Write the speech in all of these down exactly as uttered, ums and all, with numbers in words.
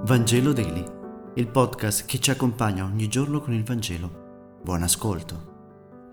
Vangelo Daily, il podcast che ci accompagna ogni giorno con il Vangelo. Buon ascolto.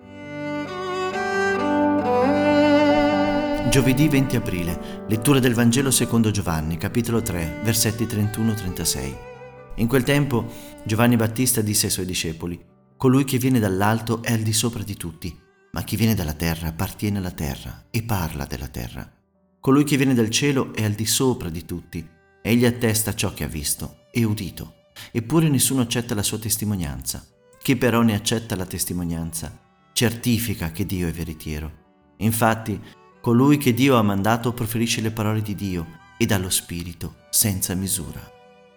Giovedì venti aprile, lettura del Vangelo secondo Giovanni, capitolo tre, versetti trentuno trentasei. In quel tempo Giovanni Battista disse ai suoi discepoli: «Colui che viene dall'alto è al di sopra di tutti, ma chi viene dalla terra appartiene alla terra e parla della terra. Colui che viene dal cielo è al di sopra di tutti. Egli attesta ciò che ha visto e udito, eppure nessuno accetta la sua testimonianza. Chi però ne accetta la testimonianza certifica che Dio è veritiero. Infatti, colui che Dio ha mandato proferisce le parole di Dio e dà lo Spirito senza misura».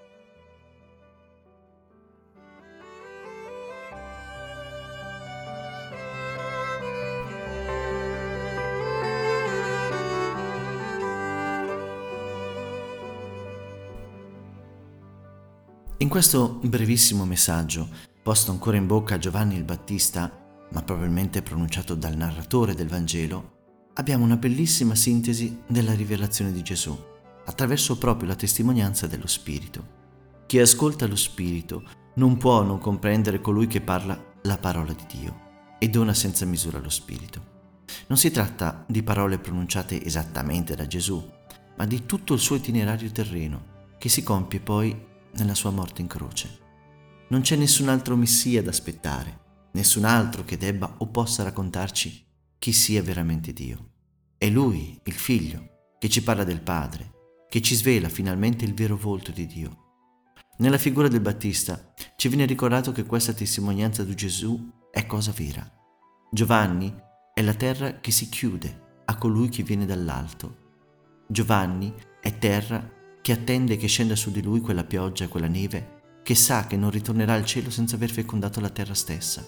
In questo brevissimo messaggio, posto ancora in bocca a Giovanni il Battista, ma probabilmente pronunciato dal narratore del Vangelo, abbiamo una bellissima sintesi della rivelazione di Gesù, attraverso proprio la testimonianza dello Spirito. Chi ascolta lo Spirito non può non comprendere colui che parla la parola di Dio e dona senza misura lo Spirito. Non si tratta di parole pronunciate esattamente da Gesù, ma di tutto il suo itinerario terreno, che si compie poi nella sua morte in croce. Non c'è nessun altro Messia da aspettare, nessun altro che debba o possa raccontarci chi sia veramente Dio. È Lui, il Figlio, che ci parla del Padre, che ci svela finalmente il vero volto di Dio. Nella figura del Battista ci viene ricordato che questa testimonianza di Gesù è cosa vera. Giovanni è la terra che si chiude a colui che viene dall'alto. Giovanni è terra che attende che scenda su di lui quella pioggia e quella neve, che sa che non ritornerà al cielo senza aver fecondato la terra stessa.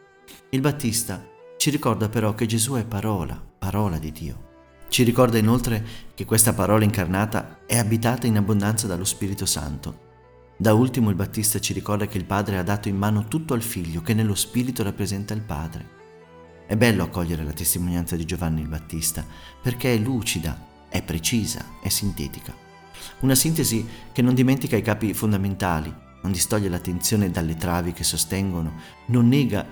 Il Battista ci ricorda però che Gesù è parola, parola di Dio. Ci ricorda inoltre che questa parola incarnata è abitata in abbondanza dallo Spirito Santo. Da ultimo il Battista ci ricorda che il Padre ha dato in mano tutto al Figlio, che nello Spirito rappresenta il Padre. È bello accogliere la testimonianza di Giovanni il Battista, perché è lucida, è precisa, è sintetica. Una sintesi che non dimentica i capi fondamentali, non distoglie l'attenzione dalle travi che sostengono, non nega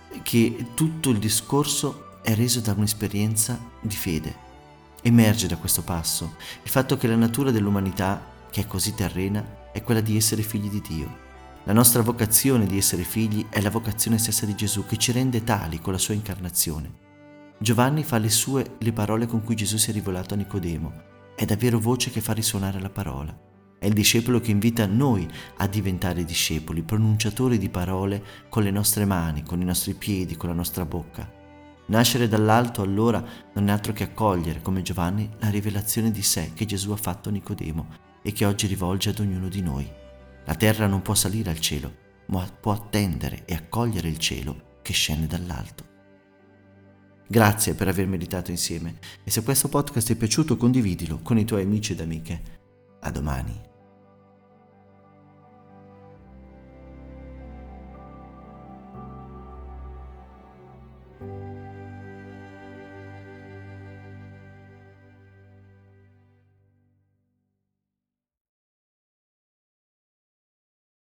che tutto il discorso è reso da un'esperienza di fede. Emerge da questo passo il fatto che la natura dell'umanità, che è così terrena, è quella di essere figli di Dio. La nostra vocazione di essere figli è la vocazione stessa di Gesù, che ci rende tali con la sua incarnazione. Giovanni fa le sue le parole con cui Gesù si è rivelato a Nicodemo. È davvero voce che fa risuonare la parola. È il discepolo che invita noi a diventare discepoli, pronunciatori di parole con le nostre mani, con i nostri piedi, con la nostra bocca. Nascere dall'alto allora non è altro che accogliere, come Giovanni, la rivelazione di sé che Gesù ha fatto a Nicodemo e che oggi rivolge ad ognuno di noi. La terra non può salire al cielo, ma può attendere e accogliere il cielo che scende dall'alto. Grazie per aver meditato insieme e se questo podcast ti è piaciuto condividilo con i tuoi amici ed amiche. A domani.